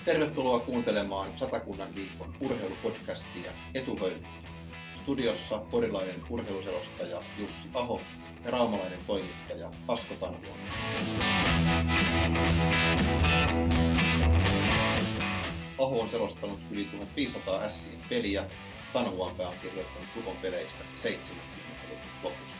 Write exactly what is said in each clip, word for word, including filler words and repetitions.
Tervetuloa kuuntelemaan Satakunnan viikon urheilupodcastia Etuhöyry. Studiossa porilainen urheiluselostaja Jussi Aho ja raumalainen toimittaja Asko Tanhuan. Aho on selostanut yli tuhatviisisataa ässien peliä. Tanhuanpää on kirjoittanut Tukon peleistä seitsemänkymmentäluvun lopusta.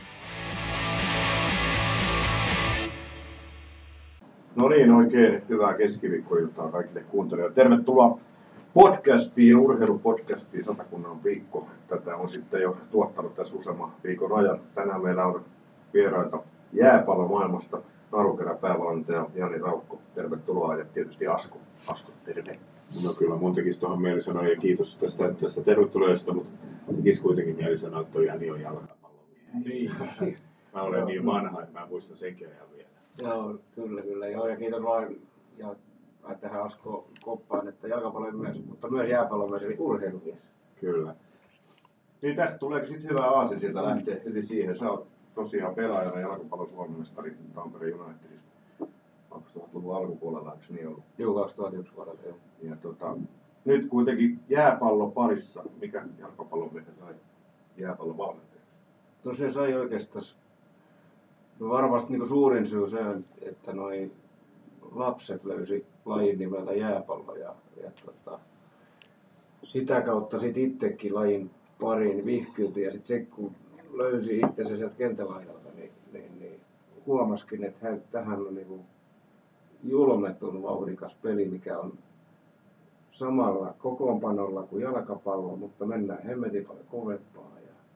No niin, oikein hyvää keskiviikkoiltaa kaikille kuuntelijoille. Tervetuloa podcastiin, urheilupodcastiin Satakunnan viikko. Tätä on sitten jo tuottanut tässä useamman viikon ajan. Tänään meillä on vieraita jääpallomaailmasta, Narukerän päävalmentaja Jani Raukko. Tervetuloa ja tietysti Asko. Asko, terve. No kyllä, mun tekisi tuohon mieli sanoa ja kiitos tästä, tästä tervetuloista, mutta tekisi kuitenkin mieli sanoa, että toi Jani on jalkapallomiehiä. Niin. Mä olen niin vanha, että mä muistan senkin ajan vielä. Joo, kyllä, kyllä. Joo, ja kiitos vaan ja tähän Asko koppaan, että jalkapallon myös, mutta myös jääpallon myös, eli urheilumies. Kyllä. Niin tästä tuleekin sitten hyvä aasin sieltä lähtee heti siihen. Sä oot tosiaan pelaajana jalkapallon suomenmestari Tampereen Unitedista kaksituhattaluvun alkupuolella, eikö niin ollut? Joo, kaksituhattayksi vuodelta, joo. Ja tota, nyt kuitenkin jääpallo parissa, mikä jalkapallomiehet sai jääpallon valmentajaksi? Tosiaan sai oikeastaan, no varmasti niin suurin syy se, että noi lapset löysi lajin nimeltä jääpallo ja, ja tota, sitä kautta sit itsekin lajin pariin vihkyytyi ja sitten se kun löysi itsensä sieltä kentälaidalta, niin, niin, niin huomaskin, että hän, tähän on niin julmetun vauhdikas peli, mikä on samalla kokoonpanolla kuin jalkapallo, mutta mennään hemmetin paljon kovempaa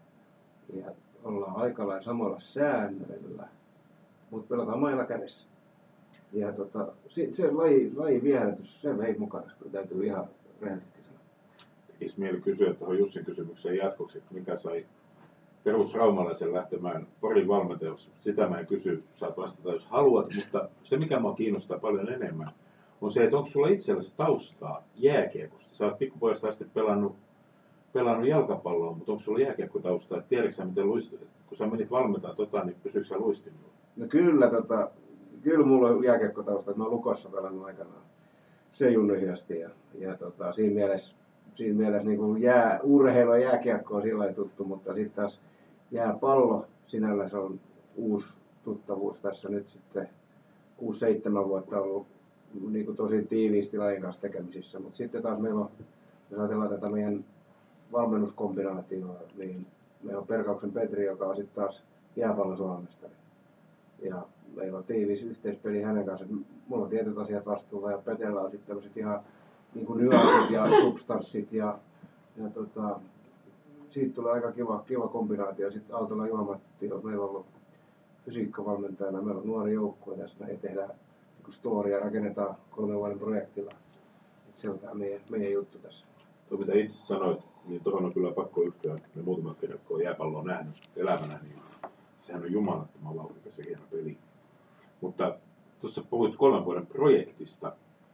ja, ja ollaan aika lailla samalla säännöillä, mutta pelataan mailla kädessä. Ja tota, se, se laji, laji viehätys, se vei mukana, kun täytyy ihan rehellisesti sanoa. Tekisi mieli kysyä tuohon Jussin kysymykseen jatkoksi, että mikä sai perusraumalaisen lähtemään Porin valmentajaksi. Sitä mä en kysy, saat vastata jos haluat, mutta se mikä mua kiinnostaa paljon enemmän on se, että onko sulla itsellesi taustaa jääkiekosta. Sä oot pikkupojasta asti pelannut, pelannut jalkapalloa, mutta onko sulla jääkiekkotaustaa? Tiedätkö sä miten luistit? Kun sä menit valmentaa tota, niin pysyykö sä luistimilla? No kyllä, tota, kyllä mulla on jääkiekkotausta, että mä oon Lukossa pelannut aikanaan se junnuihin asti ja, ja tota, siinä mielessä, siinä mielessä niin kuin jää, urheilu ja jääkiekko on sillä tuttu, mutta sitten taas jääpallo sinällä se on uusi tuttavuus tässä nyt sitten kuusi seitsemän vuotta ollut niin kuin tosi tiiviisti lajin kanssa tekemisissä, mutta sitten taas meillä on, jos ajatellaan tätä meidän valmennuskombinaatioa, niin meillä on Perkauksen Petri, joka on sitten taas jääpallon suomestari. Ja meillä on tiivis yhteispeli hänen kanssaan. Mulla on tietyt asiat vastuulla ja Petellä on sitten tämmöiset ihan niin kuin nyanssit ja substanssit ja, ja tota, siitä tulee aika kiva, kiva kombinaatio. Sitten Aaltola Juha-Matti on meillä ollut fysiikkavalmentajana. Meillä on nuori joukkue ja me tehdään niin storia, rakennetaan kolmen vuoden projektilla. Et se on tämä meidän, meidän juttu tässä. Tuo mitä itse sanoit, niin tuohon on kyllä pakko yhtyä. Me muutamat kerrat, kun on jääpalloa nähnyt elämänä, niin sehän on jumalattoman vauhdikas ja hieno peli. Mutta tuossa puhuit kolmen vuoden projektista.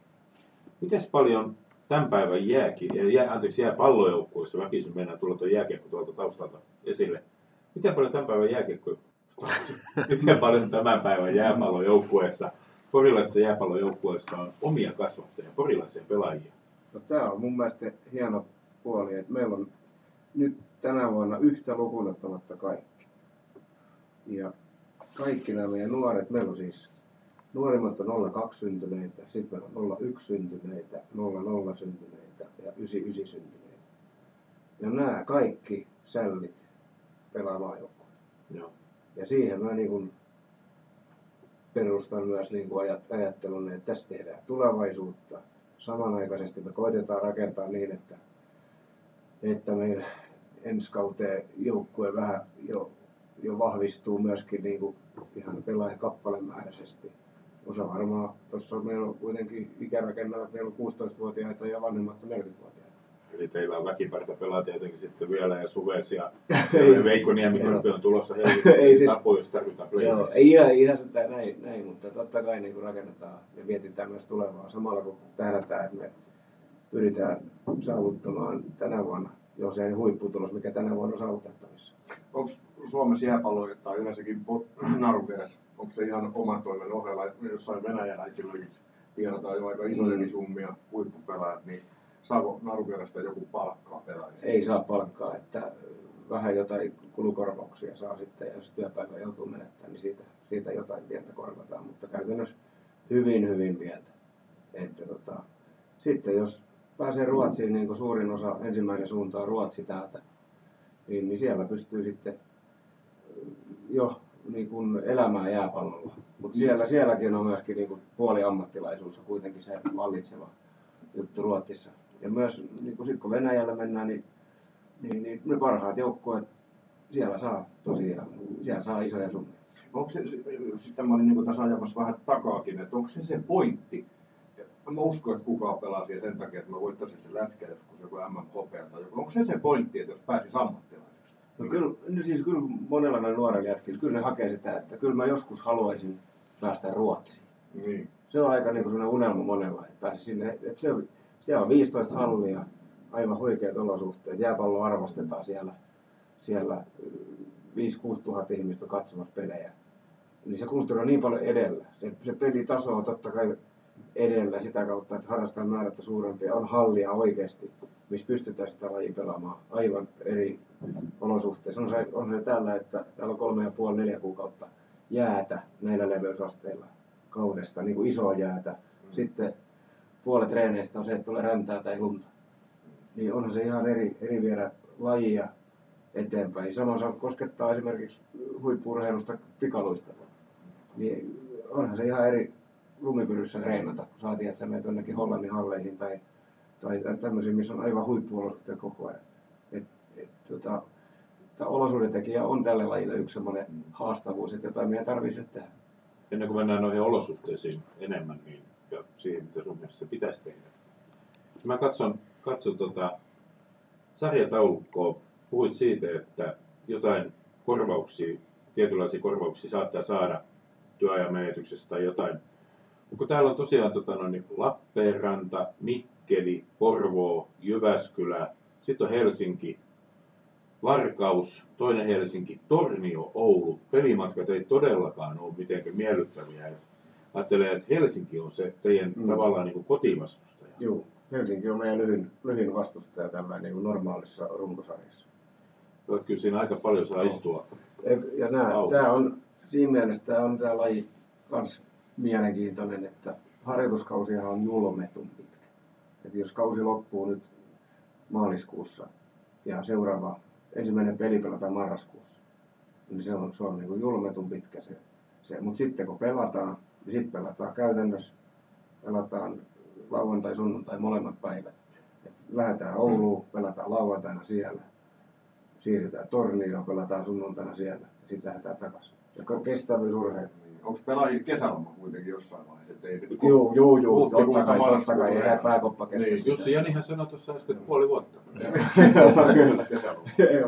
Mites paljon tämän päivän jääki, jää, anteeksi, jääpallojoukkueessa, väkisin mennään tulla tuon jääkiekko tuolta taustalta esille. Miten paljon tämän päivän jääkiekko, miten paljon tämän päivän jääpallojoukkueessa, porilaisessa jääpallojoukkueessa on omia kasvattajia, porilaisia pelaajia? No, tämä on mun mielestä hieno puoli, että meillä on nyt tänä vuonna yhtä lukuun ottamatta kaikki. Ja kaikki nämä meidän nuoret, meillä on siis nuorimmat on nolla kaksi syntyneitä, sitten meillä on nolla yksi syntyneitä, nolla nolla syntyneitä ja yhdeksänkymmentäyhdeksän syntyneitä. Ja nämä kaikki sällit pelaa maajoukkueella. Ja siihen mä niin kuin perustan myös niin kuin ajattelun, että tässä tehdään tulevaisuutta. Samanaikaisesti me koitetaan rakentaa niin, että, että meidän ensi kauteen joukkue vähän jo, jo vahvistuu myöskin niin kuin ihan pelaajakappalemääräisesti. Osa varmaan, tuossa meillä on kuitenkin ikärakennaa, että meillä on kuusitoistavuotiaita ja vanhemmat on neljäkymmentävuotiaita. Eli teillä on väkiparta pelaa tietenkin sitten vielä ja Suves ja Veikko Niemikorpi on tulossa Helsingissä tapoja, jos tarvitaan playereissa. Ei ihan, ihan sitä näin, näin, mutta totta kai niin rakennetaan ja mietitään myös tulevaa samalla kun tähdätään, että me pyritään saavuttamaan tänä vuonna jo se huipputulos, mikä tänä vuonna on saavutettavissa. Onko Suomessa jääpallo tai yleensäkin Narukerässä, onko se ihan oman toimen ohella, jossain Venäjällä esimerkiksi tiedotaan jo aika isojakin summia huippupelaajat, niin saako Narukerasta joku palkkaa pelaajista? Ei saa palkkaa, että vähän jotain kulukorvauksia saa sitten, ja jos työpäivä joutuu menettämään, niin siitä, siitä jotain pientä korvataan, mutta käytännössä hyvin, hyvin pientä. Että tota, sitten jos pääsee Ruotsiin, niin kuin suurin osa, ensimmäinen suunta on Ruotsi täältä, niin, niin siellä pystyy sitten jo niin kuin elämään jääpallolla. Mutta siellä, sielläkin on myöskin niin kuin puoliammattilaisuus on kuitenkin se vallitseva juttu Ruotsissa. Ja myös niin kun, sit kun Venäjällä mennään, niin, niin, niin ne parhaat joukkueet siellä saa tosiaan, siellä saa isoja summia. Onko se, sitten mä olin niin tässä ajamassa vähän takaakin, että onko se se pointti? Mä uskon, että kukaan pelaa siihen sen takia, että mä voittaisin sen lätkä joskus joku M M H P tai joku. Onko se se pointti, että jos pääsisi ammattilaiseksi? No kyllä, no siis kyllä monella noin nuorella jätkillä, kyllä ne hakee sitä, että kyllä mä joskus haluaisin päästä Ruotsiin. Niin. Se on aika niin kuin sellainen unelma monella, että pääsi sinne. Että se, siellä on viisitoista hallia, aivan huikeat olosuhteet, jääpallo arvostetaan siellä, siellä viisi kuusi tuhatta ihmistä katsomassa pelejä. Niin se kulttuuri on niin paljon edellä. Se, se pelitaso on totta kai edellä sitä kautta, että harrastetaan määrättä suurempia. On hallia oikeasti, missä pystytään sitä lajia pelaamaan aivan eri olosuhteissa. On se, on se täällä, että täällä on kolme ja puoli, neljä kuukautta jäätä näillä leveysasteilla kaudesta, niin kuin isoa jäätä. Sitten puolet treeneistä on se, että tulee räntää tai lunta. Niin onhan se ihan eri, eri viedä lajia eteenpäin. Samoin se koskettaa esimerkiksi huippu-urheilusta pikaluistelua. Niin onhan se ihan eri lumipyryssä treenata, kun saatiin, että sä menet jonnekin Hollannin halleihin tai, tai tämmöisiin, missä on aivan huippuolosuhteet koko ajan. Et, et, tota, tämä olosuhdetekijä on tälle lajille yksi semmoinen haastavuus, että jotain meidän tarvitsisi tehdä. Ennen kuin mennään noihin olosuhteisiin enemmän niin, ja siihen, mitä sun mielestä se pitäisi tehdä. Mä katson, katson tota sarjataulukkoa. Puhuit siitä, että jotain korvauksia, tietynlaisia korvauksia saattaa saada työajan menetyksestä tai jotain. Mutta täällä on tosiaan tota, no, niin Lappeenranta, Mikkeli, Porvoo, Jyväskylä, sitten on Helsinki, Varkaus, toinen Helsinki, Tornio, Oulu. Pelimatkat ei todellakaan ole mitenkään miellyttäviä. Ajattelee, että Helsinki on se teidän mm. tavallaan niin kuin kotivastustaja. Joo, Helsinki on meidän lyhyin, lyhyin vastustaja tällä niin kuin normaalissa runkosarjassa. Olet kyllä siinä aika paljon saa istua. Ja tämä on, siinä mielessä tämä on tämä laji kans mielenkiintoinen, että harjoituskausihan on julmetun pitkä. Että jos kausi loppuu nyt maaliskuussa ja seuraava ensimmäinen peli pelataan marraskuussa, niin se on, se on niin kuin julmetun pitkä se. se. Mutta sitten kun pelataan, niin sitten pelataan käytännössä, pelataan lauantai, sunnuntai, molemmat päivät. Et lähdetään Ouluun, pelataan lauantaina siellä, siirrytään Tornioon, pelataan sunnuntaina siellä ja sitten lähdetään takaisin. Ja kestävyysurheilu. Onko pelaajilla kesäloma kuitenkin jossain vaiheessa? Joo, joo, joo. Totta kai, totta kai. Eihän pääkoppa kestä niin, Jussi Janihan sanoi tuossa äsken puoli vuotta. Kyllä, kesäloma.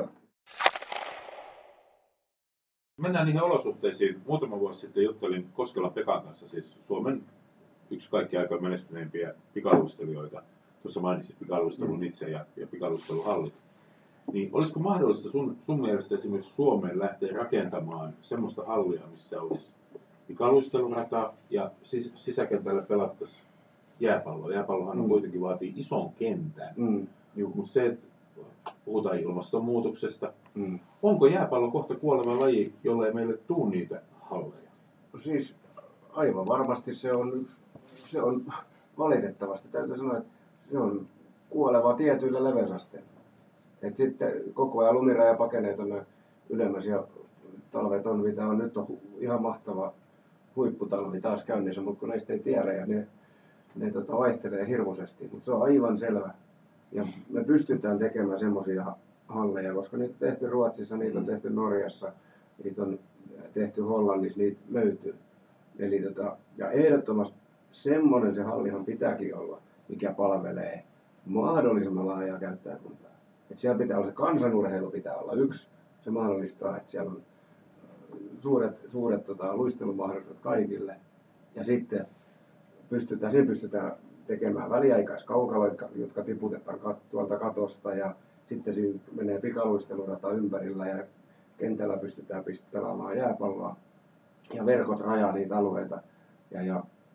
Mennään niihin olosuhteisiin. Muutama vuosi sitten juttelin Koskelan Pekan kanssa, siis Suomen yksi kaikki aika menestyneimpiä pikaluistelijoita. Tuossa mainitsit pikaluistelun itse ja, ja pikaluisteluhallit. Niin olisiko mahdollista sun, sun mielestä esimerkiksi Suomeen lähteä rakentamaan semmoista hallia, missä olisi pikaluistelurata ja sis, sisäkentällä pelattaisiin jääpalloa. Jääpallohan mm. kuitenkin vaatii ison kentän. Mm. Mutta se, että puhutaan ilmastonmuutoksesta, mm. onko jääpallo kohta kuoleva laji, jollei meille tule niitä halleja? No siis aivan varmasti se on yksi, se on valitettavasti, täytyy sanoa, että se on kuoleva tietyillä leveysasteilla. Et sitten koko ajan lumiraja pakenee tuonne ylemmäs ja talvet on, mitä on nyt on ihan mahtava huipputalvi taas käynnissä, mutta kun näistä ei tiedä ja ne, ne tota, vaihtelee hirmuisesti, mutta se on aivan selvä. Ja me pystytään tekemään semmoisia halleja, koska niitä on tehty Ruotsissa, niitä on tehty Norjassa, niitä on tehty Hollannissa, niitä löytyy. Eli tota, ja ehdottomasti semmoinen se hallihan pitääkin olla, mikä palvelee mahdollisimman laajaa käyttäjäkuntaa. Että siellä pitää olla se kansanurheilu pitää olla yksi. Se mahdollistaa, että siellä on suuret, suuret tota, luistelumahdollisuudet kaikille. Ja sitten pystytään, siinä pystytään tekemään väliaikaiskaukaloita, jotka tiputetaan kat, tuolta katosta. Ja sitten siinä menee pikaluistelurata ympärillä ja kentällä pystytään pelaamaan jääpalloa. Ja verkot rajaa niitä alueita. Ja, ja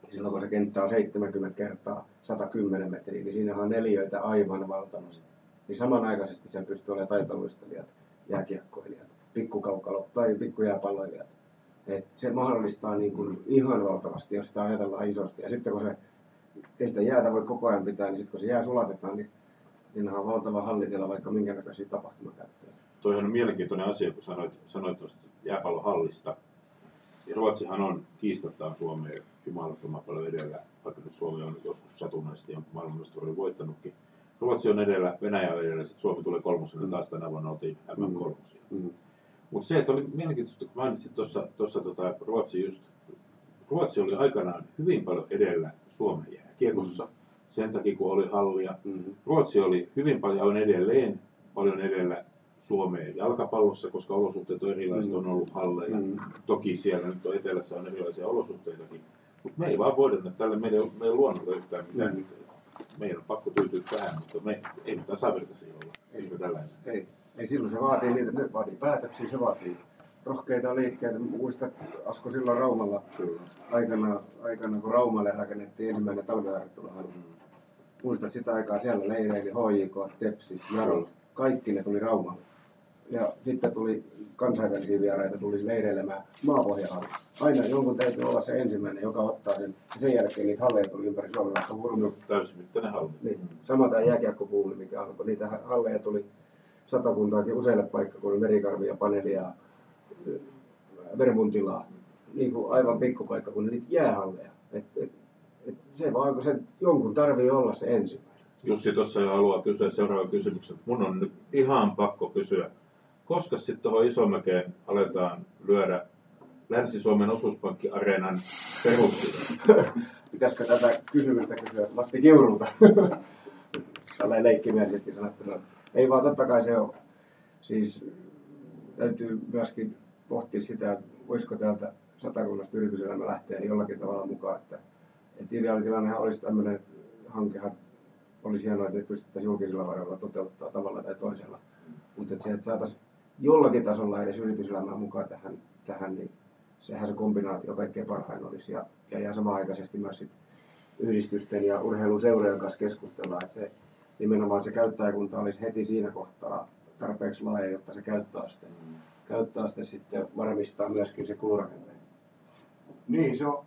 silloin kun se kenttä on seitsemänkymmentä kertaa sata kymmenen metriä, niin siinä on neliöitä aivan valtavasti. Niin samanaikaisesti sen pystyy olemaan taitoluistelijat, jääkiekkoilijat, pikkukaukalo tai pikkujääpalloilijat. Et se mahdollistaa niin kuin ihan valtavasti, jos sitä ajatellaan isosti. Ja sitten kun se, ei sitä jäätä voi koko ajan pitää, niin sitten kun se jää sulatetaan, niin siinä on valtava hallitila vaikka minkä näköisiä tapahtumakäyttöjä. Toihan on mielenkiintoinen asia, kun sanoit, sanoit tuosta jääpallohallista. Ja Ruotsihan on kiistattaan Suomeen jumalattoman paljon edellä, vaikka nyt Suomi on joskus satunnaisesti jonkun maailmanmestaruuden voittanutkin. Ruotsi on edellä, Venäjä on edellä, sitten Suomi tulee kolmosena, mm. taas tänä vuonna oltiin M M kolme. Mm. Mutta se, että oli mielenkiintoista, kun mainitsit tuossa tota, Ruotsi just, Ruotsi oli aikanaan hyvin paljon edellä Suomen jääkiekossa, mm. sen takia kun oli hallia. Mm. Ruotsi oli hyvin paljon edelleen, paljon edellä Suomeen jalkapallossa, koska olosuhteet on erilaiset, mm. on ollut halleja. Mm. Toki siellä nyt on etelässä on erilaisia olosuhteitakin, mutta me ei vaan voida tälle meidän, meidän luonnolle yhtään mitään. Mm. Meidän on pakko tyytyä tähän, mutta me ei mitään tasavertaisia olla. Ei me tällainen. Ei. Ei silloin se vaatii niitä, ne vaatii päätöksiä, se vaatii rohkeita liikkeitä. Muistat Asko silloin Raumalla aikana, aikana kun Raumalle rakennettiin ensimmäinen talviharjoitteluhalli. Muistat sitä aikaa siellä leireili H J K, Tepsi, Jarot, kaikki ne tuli Raumalle. Ja sitten tuli kansainvälisiä vieraita, tuli leireilemään maapohjahalli. Aina jonkun täytyy olla se ensimmäinen, joka ottaa sen. Ja sen jälkeen niitä halleja tuli ympäri Suomea, vaikka hurmi. Täysimittainen halli. Niin. Sama tämä jääkiekkopuumi, mikä alkoi. Niitä halleja tuli satakuntaakin useille paikkakunnille, Merikarvia, Panelia, Vermuntilaa, niin kuin aivan pikkupaikkakunnille, niitä jäähalleja. Et, et, et se vaan, kun se jonkun tarvii olla se ensimmäinen. Jussi tuossa jo haluaa kysyä seuraavan kysymyksen. Mun on nyt ihan pakko kysyä, koska sitten tuohon Isomäkeen aletaan lyödä Länsi-Suomen osuuspankkiareenan perustus? Pitäisikö tätä kysymystä kysyä Matti Kiurulta? Tällainen leikkimielisesti sanottuna. Ei vaan totta kai se on. Siis täytyy myöskin pohtia sitä, että voisiko täältä Satakunnasta yrityselämä lähteä jollakin tavalla mukaan. Että, että ideaalitilannehan olisi tämmöinen hankehan, olisi hienoa, että pystyttäisiin julkisilla varoilla toteuttaa tavalla tai toisella. Mutta että se, että saataisiin jollakin tasolla edes yrityselämää mukaan tähän, tähän niin sehän se kombinaatio kaikkein parhain olisi. Ja, ja, ja samanaikaisesti myös sit yhdistysten ja urheiluseurojen kanssa keskustellaan, että se nimenomaan se käyttäjäkunta olisi heti siinä kohtaa tarpeeksi laaja, jotta se käyttöaste, käyttöaste sitten varmistaa myöskin se kulurakenteen. Niin, se on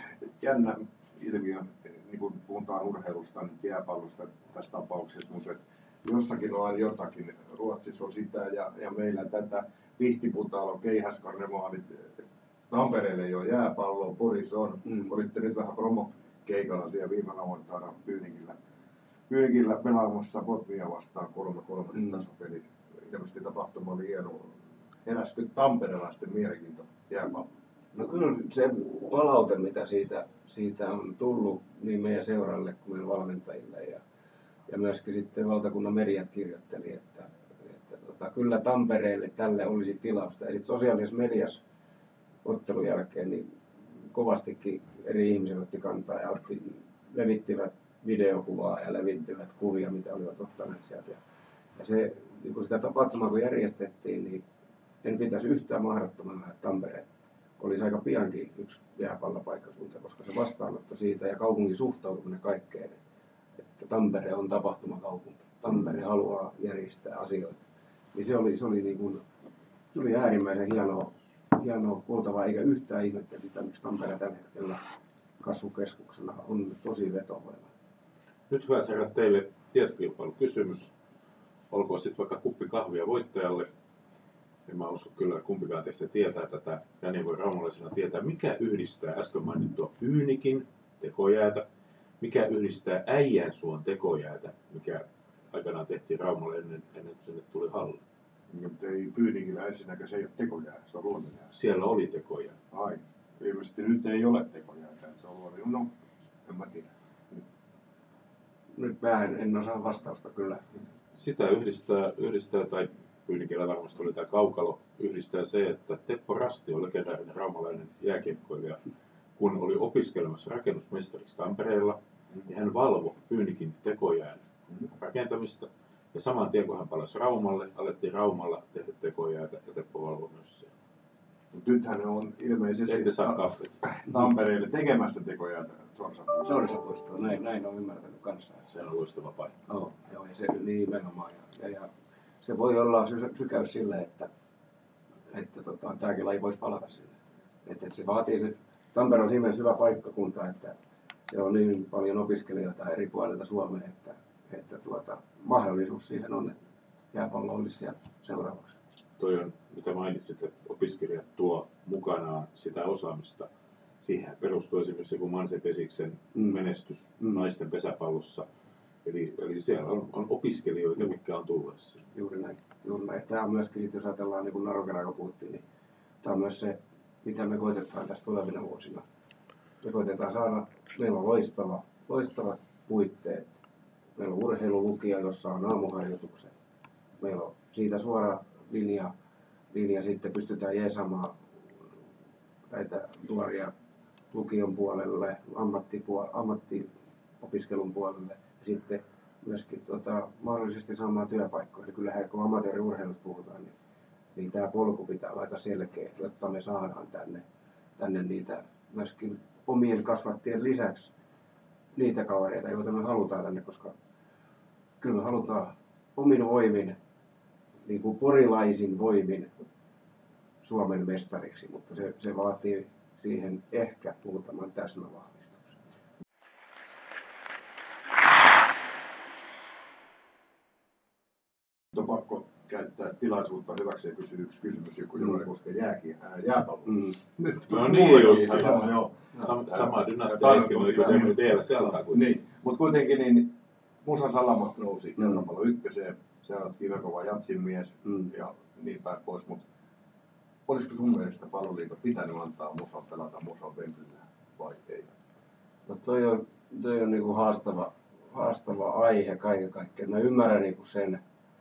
jännä ilmiö, niin kun puhutaan urheilusta, nyt jääpallosta tässä tapauksessa, mutta jossakin on jotakin. Ruotsissa on sitä ja, ja meillä tätä Pihtiputalo, Keihäskarnevaalit, Tampereelle ei ole jääpalloa, Poris on. Mm. Olitte nyt vähän promokeikalla siellä viime lauantaina Pyynikillä. Pyynikillä pelaamassa Botnia vastaan kolme kolme mm. tasapeli. Ilmeisesti tapahtuma oli hieno. Heräskö tamperelaisten mielenkiinto jääpalloa? No kyllä se palaute, mitä siitä, siitä on tullut niin meidän seuralle kuin meidän valmentajille ja, ja myöskin sitten valtakunnan mediat kirjoitteli, että, että tota, kyllä Tampereelle tälle olisi tilausta. Ja sitten sosiaalisessa mediassa ottelun jälkeen niin kovastikin eri ihmiset otti kantaa ja otti, levittivät videokuvaa ja levittivät kuvia, mitä olivat ottaneet sieltä. Ja, ja se, kun sitä tapahtumaa kun järjestettiin, niin en pitäisi yhtään mahdottomana, että Tampere olisi aika piankin yksi jääpallopaikkakunta, koska se vastaanotto siitä ja kaupungin suhtautuminen kaikkeen, että Tampere on tapahtumakaupunki. Tampere haluaa järjestää asioita. Niin se oli, se oli, niin kuin, se oli äärimmäisen hienoa, hienoa kuultavaa, eikä yhtään ihmettä sitä, miksi Tampere tällä hetkellä kasvukeskuksena on tosi vetovoima. Nyt hyvät herrat, teille tietokilpailukysymys. Olkoon sitten vaikka kuppi kahvia voittajalle. En mä usko kyllä, että kumpikaan teistä tietää tätä. Ja niin voi raumalaisena tietää, mikä yhdistää äsken mainittua Pyynikin tekojäätä, mikä yhdistää Äijänsuon tekojäätä, mikä aikanaan tehtiin Raumalle ennen, ennen kuin sinne tuli halli. Mutta ei Pyynikillä ensinnäkään se ei ole tekojää, se on luonnonjää. Siellä oli tekojää. Ai, ilmeisesti nyt ei ole tekojäätä, se on luonnonjää. No, en mä tiedä. Nyt mä en, en osaa vastausta kyllä. Sitä yhdistää, yhdistää tai Pyynikillä varmasti oli tämä kaukalo, yhdistää se, että Teppo Rasti on legendaarinen raumalainen jääkiekkoilija. Kun oli opiskelemassa rakennusmestariksi Tampereella, niin hän valvoi Pyynikin tekojään rakentamista. Ja saman tien kun hän palasi Raumalle, alettiin Raumalla tehdä tekojäätä ja Teppo valvoi myös siellä. Mut nythän ne on ilmeisesti Ette saa kahvit. Tampereelle tekemässä tekoja Sorsapuistoon. Sorsapuistoon, näin, näin on ymmärtänyt kanssa. Se on loistava paikka. Joo, joo, ja se nimenomaan. Ja, ja, ja se voi olla sy- sykäys sille, että, että tota, tämäkin laji voisi palata sille. Että, että se vaatii, Tampere on siinä mielessä hyvä paikkakunta, että se on niin paljon opiskelijoita eri puolilta Suomea, että, että tuota, mahdollisuus siihen on, että jääpallo olisi siellä seuraavaksi. Toi on, mitä mainitsit, että opiskelijat tuo mukanaan sitä osaamista. Siihen perustuu esimerkiksi joku Manse Pesiksen Mm. menestys Mm. naisten pesäpallossa. Eli, eli siellä on, on opiskelijoita, mitkä on tulleessa. Juuri näin. Juuri näin. Tämä on myöskin, jos ajatellaan, niin kuin Naron kerran kun puhuttiin, niin tämä on myös se, mitä me koitetaan tässä tulevina vuosina. Me koitetaan saada, meillä on loistava, loistavat puitteet. Meillä on urheilulukija, jossa on aamuharjoitukset. Meillä on siitä suora linja, linja sitten pystytään jeesaamaan näitä nuoria lukion puolelle, ammattipuolelle, ammattiopiskelun puolelle ja sitten myöskin tota, mahdollisesti saamaan työpaikkoja. Kyllähän kun amatööriurheilusta puhutaan, niin, niin tämä polku pitää olla aika selkeä, jotta me saadaan tänne, tänne niitä myöskin omien kasvattien lisäksi niitä kavereita, joita me halutaan tänne, koska kyllä me halutaan omin voimin, niin kuin porilaisin voimin Suomen mestariksi, mutta se, se vaatii siihen ehkä muutaman täsmävahvistuksen. On pakko käyttää tilaisuutta hyväksi ja kysyä yksi kysymys, joku jolla koskee jääkin, ää, jääpalloa. Mm. Nyt No niin, Jussi. Sama, joo. Sam, sama dynastia Tämä- äsken oli tämä- kyllä teillä selkaa kuin. Niin, mutta kuitenkin niin Musa Salama nousi Mm. jalkapallo ykköseen. Se on kivenkova Jatsin mies Mm. ja niin päin pois. Mutta olisiko sun mielestä Palloliiton pitänyt antaa Musan pelata Musan venkillä vai ei? No toi on, toi on niinku haastava, haastava aihe kaiken kaikkiaan. Mä ymmärrän niinku sen,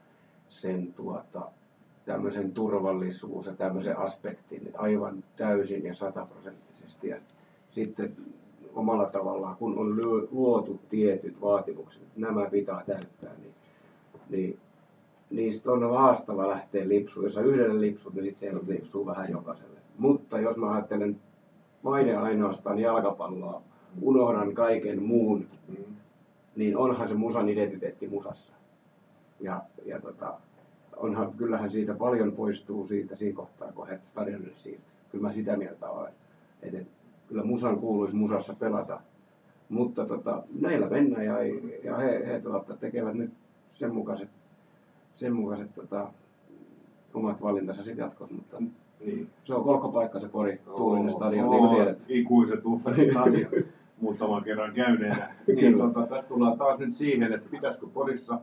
sen tuota, tämmöisen turvallisuus ja tämmöisen aspektin aivan täysin ja sataprosenttisesti. Ja sitten omalla tavallaan, kun on luotu tietyt vaatimukset, nämä pitää täyttää, niin, niin niistä on haastava lähteä lipsuun. Jos on yhdelle lipsut, niin sitten se lipsuu vähän jokaiselle. Mutta jos mä ajattelen vain ja ainoastaan jalkapalloa, unohdan kaiken muun, Mm. niin onhan se musan identiteetti musassa. Ja, ja tota, onhan, kyllähän siitä paljon poistuu siitä siinä kohtaa, kun he stadionille siirtyy. Kyllä mä sitä mieltä olen. Et, et, kyllä musan kuuluisi musassa pelata. Mutta tota, näillä mennään ja, ja he, he tuota, tekevät nyt sen mukaiset, sen mukaiset tota, omat valintansa sitten jatkossa. Mutta Niin. se on kolkkopaikka se Pori, tuulinen stadion, Oo, niin kuin tiedät. Ikuiset Uffelin stadion muutaman kerran käyneenä. Niin, tota, tästä tullaan taas nyt siihen, että pitäisikö Porissa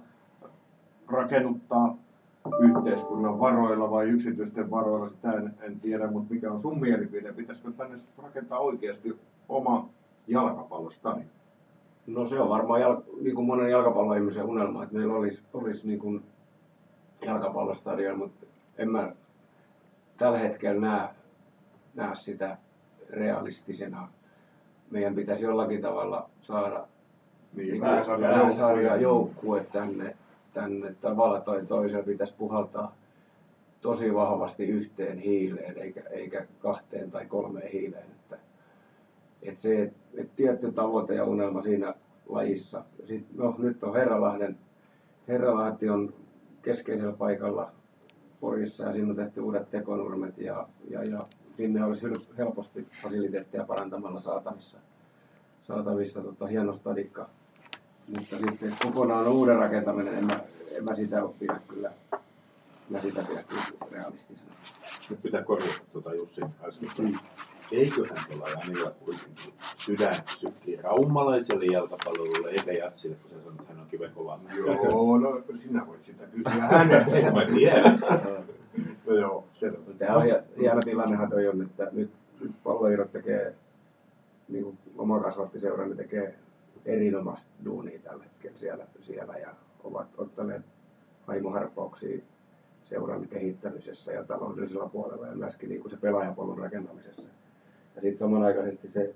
rakennuttaa yhteiskunnan varoilla vai yksityisten varoilla, sitä en, en tiedä, mutta mikä on sun mielipide? Pitäisikö tänne rakentaa oikeasti oma jalkapallostadion? No se on varmaan jal, niin kuin monen jalkapalloihmisen unelma, että meillä olisi, olisi niin kuin jalkapallostadion, mutta en mä tällä hetkellä näe, näe sitä realistisena. Meidän pitäisi jollakin tavalla saada Niin, pääsarja joukkue tänne, tänne tavalla tai toisella pitäisi puhaltaa tosi vahvasti yhteen hiileen, eikä, eikä kahteen tai kolmeen hiileen. Että, että se, että, että tietty tavoite ja unelma siinä lajissa. Sitten, no, nyt on Herralahden, Herralahti on keskeisellä paikalla Porissa ja siinä on tehty uudet tekonurmet ja, ja, ja sinne olisi helposti fasiliteetteja parantamalla saatavissa, saatavissa tota, hieno stadikka. Mutta sitten kokonaan uuden rakentaminen, en mä, en mä sitä ole pidä kyllä, mä sitä pidä kyllä realistisena. Nyt pitää korjata tuota Jussin äskeistä. Eiköhän tuolla Janilla kuitenkin sydän sykkii raumalaiselle jalkapallolle eikä Jatsille, kun sä sanot, että hän on kivenkova. Joo, no sinä voit sitä kysyä hänestä. En mä tiedä. No joo, selvä. Tämä on hieno tilannehan toi on, että nyt, nyt palloirot tekee, niin kuin oma kasvattiseura, ne tekee erinomaista duunia tällä hetkellä siellä, siellä ja ovat ottaneet aimoharppauksia seuran kehittämisessä ja taloudellisella puolella ja myöskin niin kuin se pelaajapolun rakentamisessa. Ja sitten samanaikaisesti se,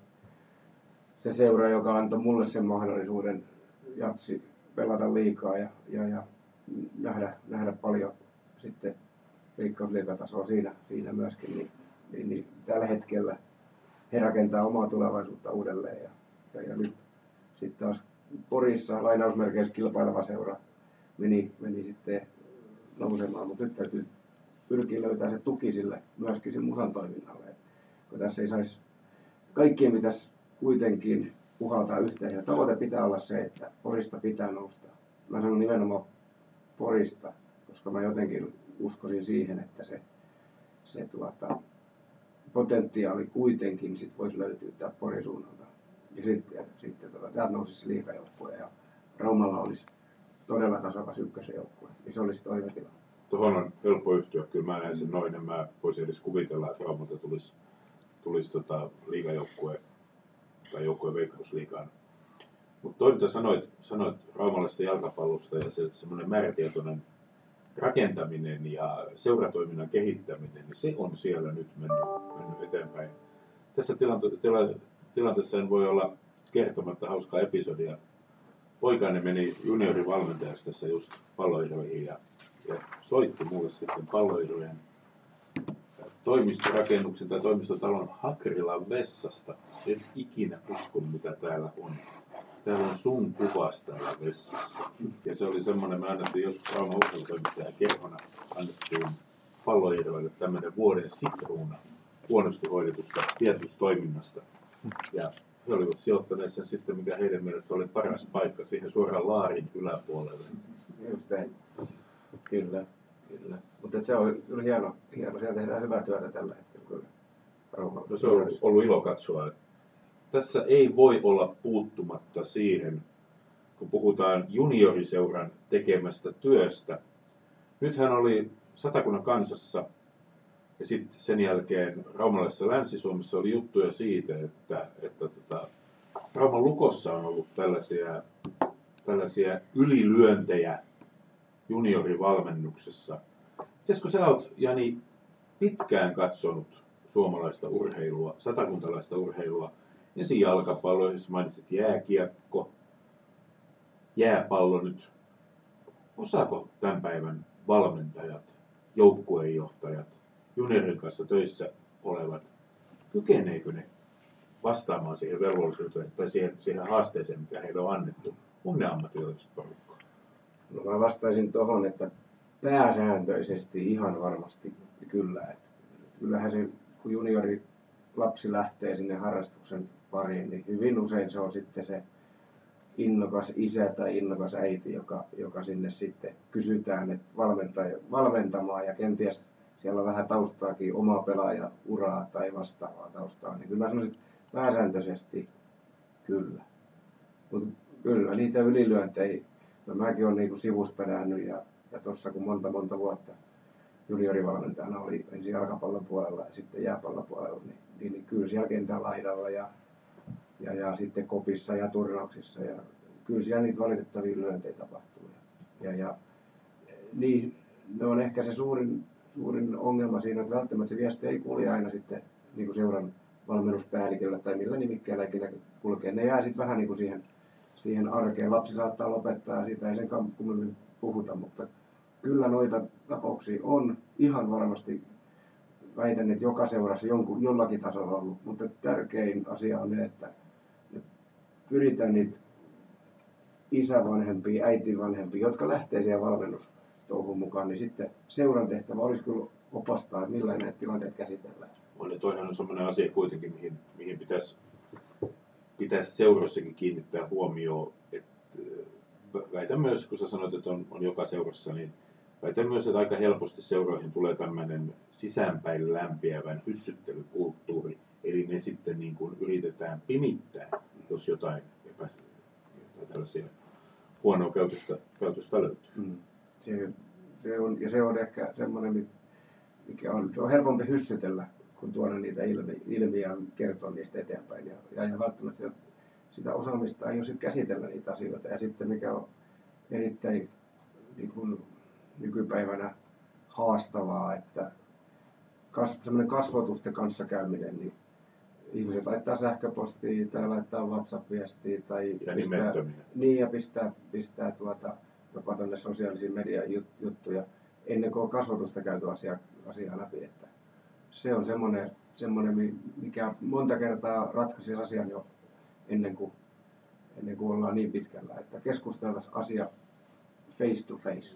se seura, joka antoi mulle sen mahdollisuuden jatsi pelata liikaa ja, ja, ja nähdä, nähdä paljon sitten veikkausliigatasoa siinä, siinä myöskin, niin niin, niin tällä hetkellä he rakentaa omaa tulevaisuutta uudelleen. Ja, ja, ja nyt sitten taas Porissa lainausmerkeissä kilpaileva seura meni, meni sitten nousemaan, mutta nyt täytyy pyrkiä löytää se tuki sille myöskin sen musan toiminnalle. Et kun tässä ei saisi, kaikkien pitäisi kuitenkin puhaltaa yhteen. Ja tavoite pitää olla se, että Porista pitää nousta. Mä sanon nimenomaan Porista, koska mä jotenkin uskoisin siihen, että se, se tuota, potentiaali kuitenkin sit voisi löytyä täältä Porin suunnalta. Ja sitten, sitten tuota, täältä nousisi se liigajoukkue ja Raumalla olisi todella tasokas ykkösen joukkue. Niin se olisi toivotila. Tuohon on helppo yhtyä. Kyllä mä näen sen noin, en mä voisin edes kuvitella, että Raumalta tulisi, tulisi tota liigajoukkue tai joukkueen Veikkausliigaan. Mutta toi, mitä sanoit, sanoit raumalaisesta jalkapallosta ja se semmoinen määrätietoinen rakentaminen ja seuratoiminnan kehittäminen, niin se on siellä nyt mennyt, mennyt eteenpäin. Tässä tilante- tila- tilanteessa en voi olla kertomatta hauskaa episodia. Poikainen meni juniorivalmentajaksi tässä just Palloiroihin ja, ja soitti mulle sitten Palloirojen toimistorakennuksen tai toimistotalon Hakrilan vessasta. Et ikinä uskon, mitä täällä on. Täällä on sun kuvas täällä vessassa. Ja se oli semmoinen, me annettiin joskus Rauman urheilutoimittajan kerhona, annettiin Palloiroille tämmöinen vuoden sitruuna huonosti hoidetusta tietystoiminnasta. Ja he olivat sijoittaneet sen sitten, mikä heidän mielestä oli paras paikka, siihen suoraan laarin yläpuolelle. Just näin. Kyllä, kyllä. Mutta se on kyllä hieno, hieno. Siellä tehdään hyvää työtä tällä hetkellä kyllä. No, se on ollut ilo katsoa. Tässä ei voi olla puuttumatta siihen, kun puhutaan junioriseuran tekemästä työstä. Nythän oli Satakunnan Kansassa ja sitten sen jälkeen raumalaisessa Länsi-Suomessa oli juttuja siitä, että, että tota, Rauman Lukossa on ollut tällaisia, tällaisia ylilyöntejä juniorivalmennuksessa. Mites kun sä oot, Jani, pitkään katsonut suomalaista urheilua, satakuntalaista urheilua, ensin jalkapallo, jos mainitsit jääkiekko, jääpallo nyt. Osaako tämän päivän valmentajat, joukkueenjohtajat, juniorin kanssa töissä olevat, kykeneekö ne vastaamaan siihen velvollisuuteen tai siihen, siihen haasteeseen, mikä heille on annettu? On ne ammattilaisista porukkaa? No mä vastaisin tuohon, että pääsääntöisesti ihan varmasti kyllä. Että kyllähän se, kun juniori lapsi lähtee sinne harrastuksen pariin, niin hyvin usein se on sitten se innokas isä tai innokas äiti, joka, joka sinne sitten kysytään että valmentamaan ja kenties siellä on vähän taustaakin, omaa pelaaja-uraa tai vastaavaa taustaa. Niin kyllä mä sanoisin, että pääsääntöisesti kyllä. Mutta kyllä, niitä ylilyöntejä, no mäkin olen niinku sivusta nähnyt ja, ja tuossa kun monta monta vuotta juniorivalmentajana oli ensin jalkapallon puolella ja sitten jääpallon puolella, niin, niin, niin kyllä siellä kentän laidalla ja, ja, ja sitten kopissa ja turnauksissa ja kyllä siellä niitä valitettavia lyöntejä tapahtuu. Ja, ja, ja niin, ne on ehkä se suurin, suurin ongelma siinä, että välttämättä se viesti ei kulje aina sitten niin kuin seuran valmennuspäälliköllä tai millä nimikkeellä ikinä kulkee. Ne jää sitten vähän niin kuin siihen, siihen arkeen. Lapsi saattaa lopettaa ja siitä ei sen kummemmin puhuta, mutta kyllä noita tapauksia on ihan varmasti, väitän, että joka seurassa jonkun, jollakin tasolla ollut, mutta tärkein asia on ne, että pyritään niitä isävanhempia, äitivanhempia, jotka lähtee siihen valmennustouhuun mukaan, niin sitten seuran tehtävä olisi kyllä opastaa, että millainen näitä tilanteet käsitellään. On, toihan on sellainen asia kuitenkin, mihin, mihin pitäisi, pitäisi seurassakin kiinnittää huomioon. Että, väitän myös, kun sä sanoit, että on, on joka seurassa, niin väitän myös, että aika helposti seuroihin tulee tämmöinen sisäänpäin lämpiävän hyssyttelykulttuuri. Eli ne sitten niin kuin yritetään pimittää, jos jotain epä, tällaisia huonoa käytöstä, käytöstä löytyy. Mm. Se, se on, ja se on ehkä semmoinen, mikä on, se on helpompi hyssytellä, kun tuoda niitä ilmiä ja kertoa niistä eteenpäin. Ja, ja, ja välttämättä sitä, sitä osaamista ei ole sit käsitellä niitä asioita. Ja sitten mikä on erittäin niin kuin nykypäivänä haastavaa, että kas, semmoinen kasvotusten kanssakäyminen, niin ihmiset laittaa sähköpostia tai laittaa WhatsApp-viestiä tai ja pistää, niin, ja pistää, pistää tuota, jopa tuonne sosiaalisiin median juttuja ennen kuin on kasvatusta käyty asia, asiaa läpi. Että se on semmoinen semmoinen, mikä monta kertaa ratkaisi asian jo ennen kuin, ennen kuin ollaan niin pitkällä, että keskusteltaisiin asia face to face.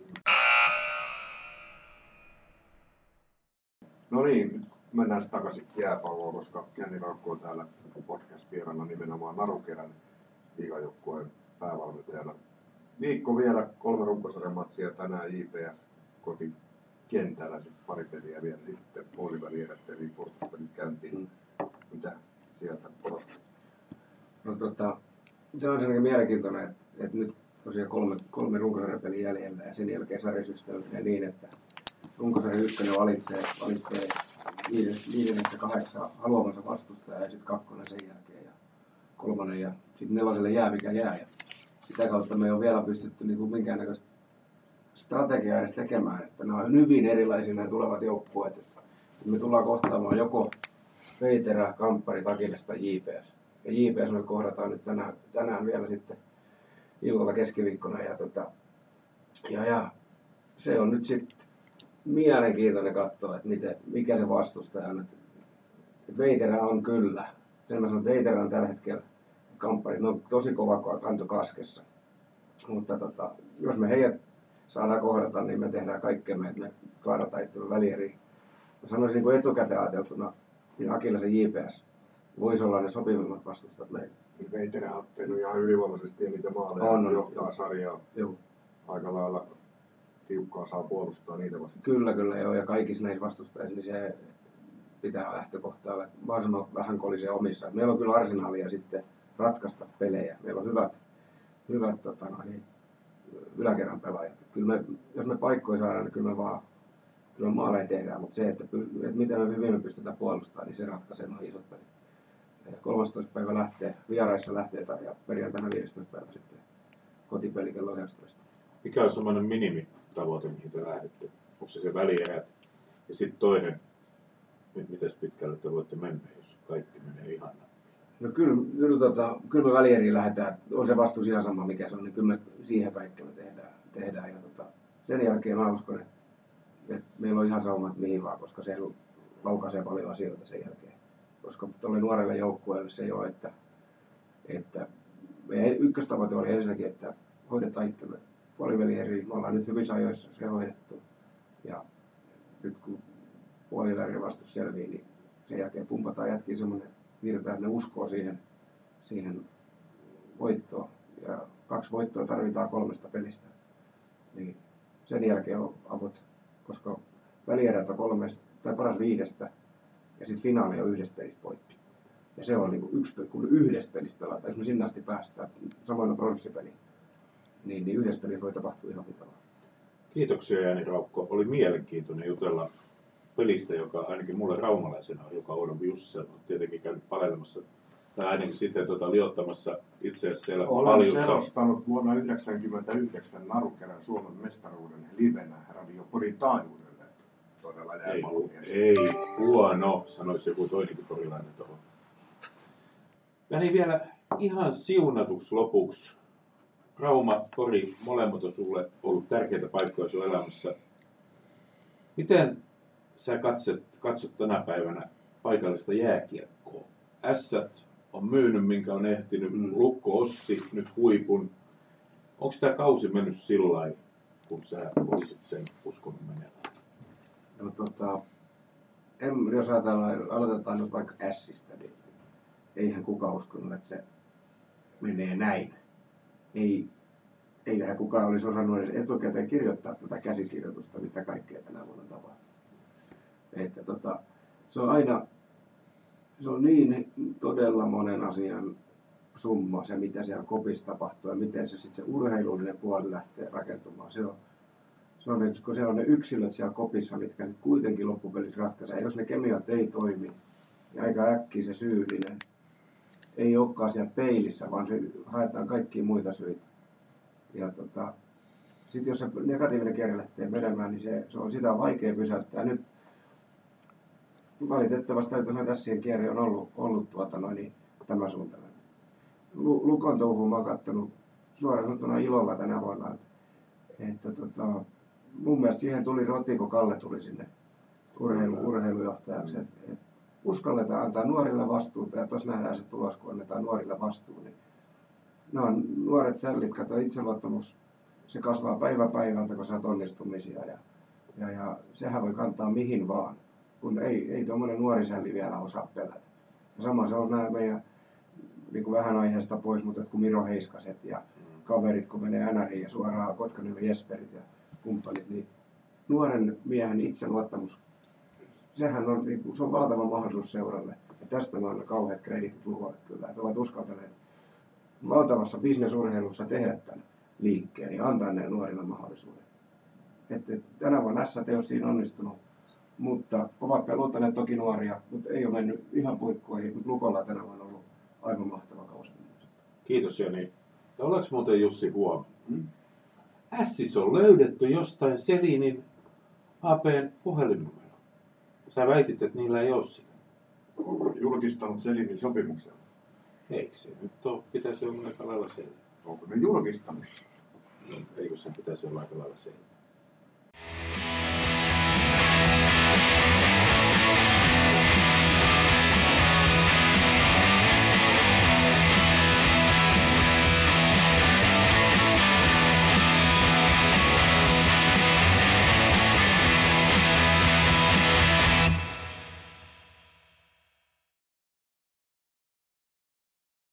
No niin, nyt mennään sitten takaisin jääpalloon, koska Jänni Raukko on täällä podcast-vierana nimenomaan Narukerän liigajoukkueen päävalmentajana. Viikko vielä, kolme runkosarjan matsia tänään J P S kotikentällä, sitten pari peliä vielä, sitten puolivälierät eli puolustuspelit käyntiin. Mm. Mitä sieltä odottaa? No tota, se on sellainen mielenkiintoinen, että, että nyt tosiaan kolme, kolme runkosarjan peliä jäljellä ja sen jälkeen sarjasysteemi niin, että runkosarjan ykkönen valitsee, valitsee viiden ja kahdeksan haluamansa vastustaja ja sitten kakkonen sen jälkeen ja kolmannen ja sitten neloselle jää mikä jää. Ja sitä kautta me ei ole vielä pystytty niin kuin minkäännäköistä strategiaa edes tekemään, että nämä on hyvin erilaisia nämä tulevat joukkueet. Me tullaan kohtaamaan joko Veiterä, Kamppari, Takines tai J P S. Ja J P S me kohdataan nyt tänään, tänään vielä sitten illalla keskiviikkona ja, tota, ja, ja se on nyt sitten mielenkiintoinen katsoa, että miten, mikä se vastustaja on. Veiterä on kyllä. Sen mä sanon, että Veiterä on tällä hetkellä Kampparit. Ne on tosi kova kanto kaskessa. Mutta tota, jos me heidät saadaan kohdata, niin me tehdään kaikkemme, että me klaarataan itsemme välieriin. Mä sanoisin niin etukäteen ajateltuna, niin Akilesen J P S voisi olla ne sopivimmat vastustat meille. Veiterä on tehnyt ihan ylivoimaisesti eniten maaleja, on, johtaa sarjaa. Joo. Aika lailla tiukkaa saa puolustaa niitä vastaan. Kyllä, kyllä joo. Ja kaikissa näissä vastustajissa niin se pitää lähtökohtaa olla mahdollisimman vähän kolisee omissa. Meillä on kyllä arsenaalia sitten ratkaista pelejä. Meillä on hyvät, hyvät tota, niin, yläkerran pelaajat. Kyllä me, jos me paikkoja saadaan, niin kyllä me vaan kyllä me maaleja tehdään. Mutta se, että, että miten me hyvin me pystytään puolustamaan, niin se ratkaisee noin isot pelit. kolmastoista päivä lähtee, vieraissa lähtee ja perjantaina viidestoista päivä sitten kotipeli kello yhdeksäntoista. Mikä on semmoinen minimitavoite, mihin te lähdette? Onko se se välierät? Ja sitten toinen, mitäs pitkälle te voitte mennä, jos kaikki menee ihan? No kyllä, kyllä, tota, kyllä me välieriin lähdetään. On se vastuus ihan sama mikä se on, niin kyllä me siihen kaikki me tehdään. tehdään. Ja tota, sen jälkeen mä uskon, että, että meillä on ihan saumat mihin vaan, koska se laukaisee paljon asioita sen jälkeen. Koska tuolle nuorelle joukkueelle se ei ole, että, että meidän ykköstavoite oli ensinnäkin, että hoidetaan itsemme puolivälieriin. Me ollaan nyt hyvissä ajoissa se hoidettu. Ja nyt kun puolivälieriin vastus selvii, niin sen jälkeen pumpataan jätkiin semmoinen virta, että ne uskoo siihen, siihen voittoon. Ja kaksi voittoa tarvitaan kolmesta pelistä. Niin sen jälkeen on avut, koska välierät on kolmesta tai paras viidestä. Ja sitten finaali on yhdestä pelistä poikki. Ja se on niinku yksi peli, kun yhdestä pelistä pelataan. Jos me sinne asti päästään, samoin on pronssipeli, niin, niin yhdessä pelissä voi tapahtua ihan mitä vaan. Kiitoksia Jänni Raukko. Oli mielenkiintoinen jutella pelistä, joka ainakin mulle raumalaisena on joka on Jussi on tietenkin käynyt palelemassa. Tai ainakin sitten tuota, liottamassa itse asiassa siellä olen paljussa. Olen selostanut vuonna yhdeksänkymmentäyhdeksän Narukerän Suomen mestaruuden livenä Radio Porin taajuudelle. Todella ei, ei, huono, sanoisi joku toinenkin porilainen tuohon. Ja niin vielä ihan siunatuksi lopuksi. Rauma, Pori, molemmat on sulle ollut tärkeitä paikkoja sun elämässä. Miten sä katsot, katsot tänä päivänä paikallista jääkiekkoa? Ässät on myynyt, minkä on ehtinyt. Mm. Lukko Ossi nyt huipun. Onko tämä kausi mennyt sillä lailla, kun sä olisit sen uskonut menemään? No tota, en, jos ajatellaan, aloitetaan nyt vaikka Ässistä, niin eihän kukaan uskonut, että se menee näin. Ei, eiköhän kukaan olisi osannut edes etukäteen kirjoittaa tätä käsikirjoitusta, mitä kaikkea tänä vuonna tapahtuu. Että tota, se on aina, se on niin todella monen asian summa, se mitä siellä kopissa tapahtuu ja miten se sitten se urheilullinen puoli lähtee rakentumaan. Se on, se on, kun siellä on ne yksilöt siellä kopissa, mitkä nyt kuitenkin loppupelissä ratkaisee. Jos ne kemiat ei toimi, niin aika äkkiä se syyllinen ei olekaan siellä peilissä, vaan se haetaan kaikkia muita syitä. Ja tota, sitten jos se negatiivinen kierre lähtee menemään, niin se, se on sitä vaikea pysäyttää. Nyt valitettavasti tämä tässien kierre on ollut, ollut tuota noin, niin, tämä suuntainen. Lukon touhuun mä oon katsonut suoraan sanottuna ilolla tänä vuonna, että, että tota, mun mielestä siihen tuli roti, kun Kalle tuli sinne urheilu, urheilujohtajaksi. Et, et, uskalletaan antaa nuorille vastuuta ja tuossa nähdään se tulos, kun annetaan nuorille vastuu. Niin ne on nuoret sällit, kato itseluottamus, se kasvaa päivä päivältä, kun saat onnistumisia ja, ja, ja sehän voi kantaa mihin vaan, kun ei, ei tuommoinen nuori sälli vielä osaa pelätä. Ja sama se on nämä meidän niin kuin vähän aiheesta pois, mutta kun Miro Heiskaset ja kaverit, kun menee Änäriin ja suoraan Kotkaniemen Jesperit ja kumppanit, niin nuoren miehen itseluottamus, sehän on, niin kuin, se on valtava mahdollisuus seuralle. Ja tästä mä annan kauheat krediitit luolle kyllä, että ovat uskaltaneet valtavassa bisnesurheilussa tehdä tämän liikkeen ja antaa ne nuorille mahdollisuuden. Että tänä vuonna S ei ole siinä onnistunut, mutta ovat peluttaneet toki nuoria, mutta ei ole mennyt ihan puikkoihin, mutta Lukolla tänä vuonna on ollut aivan mahtava kausi. Kiitos Jani. Ja oletko muuten Jussi huomannut? Hmm? Ässissä on löydetty jostain Selinin A P:n puhelinnumero. Sä väitit, että niillä ei ole sitä. Onko julkistanut Selinin sopimuksen? Eikö se nyt ole? Pitäisi olla aika lailla selvä. Onko ne julkistanut? Eikö sen pitäisi olla aika lailla selvä?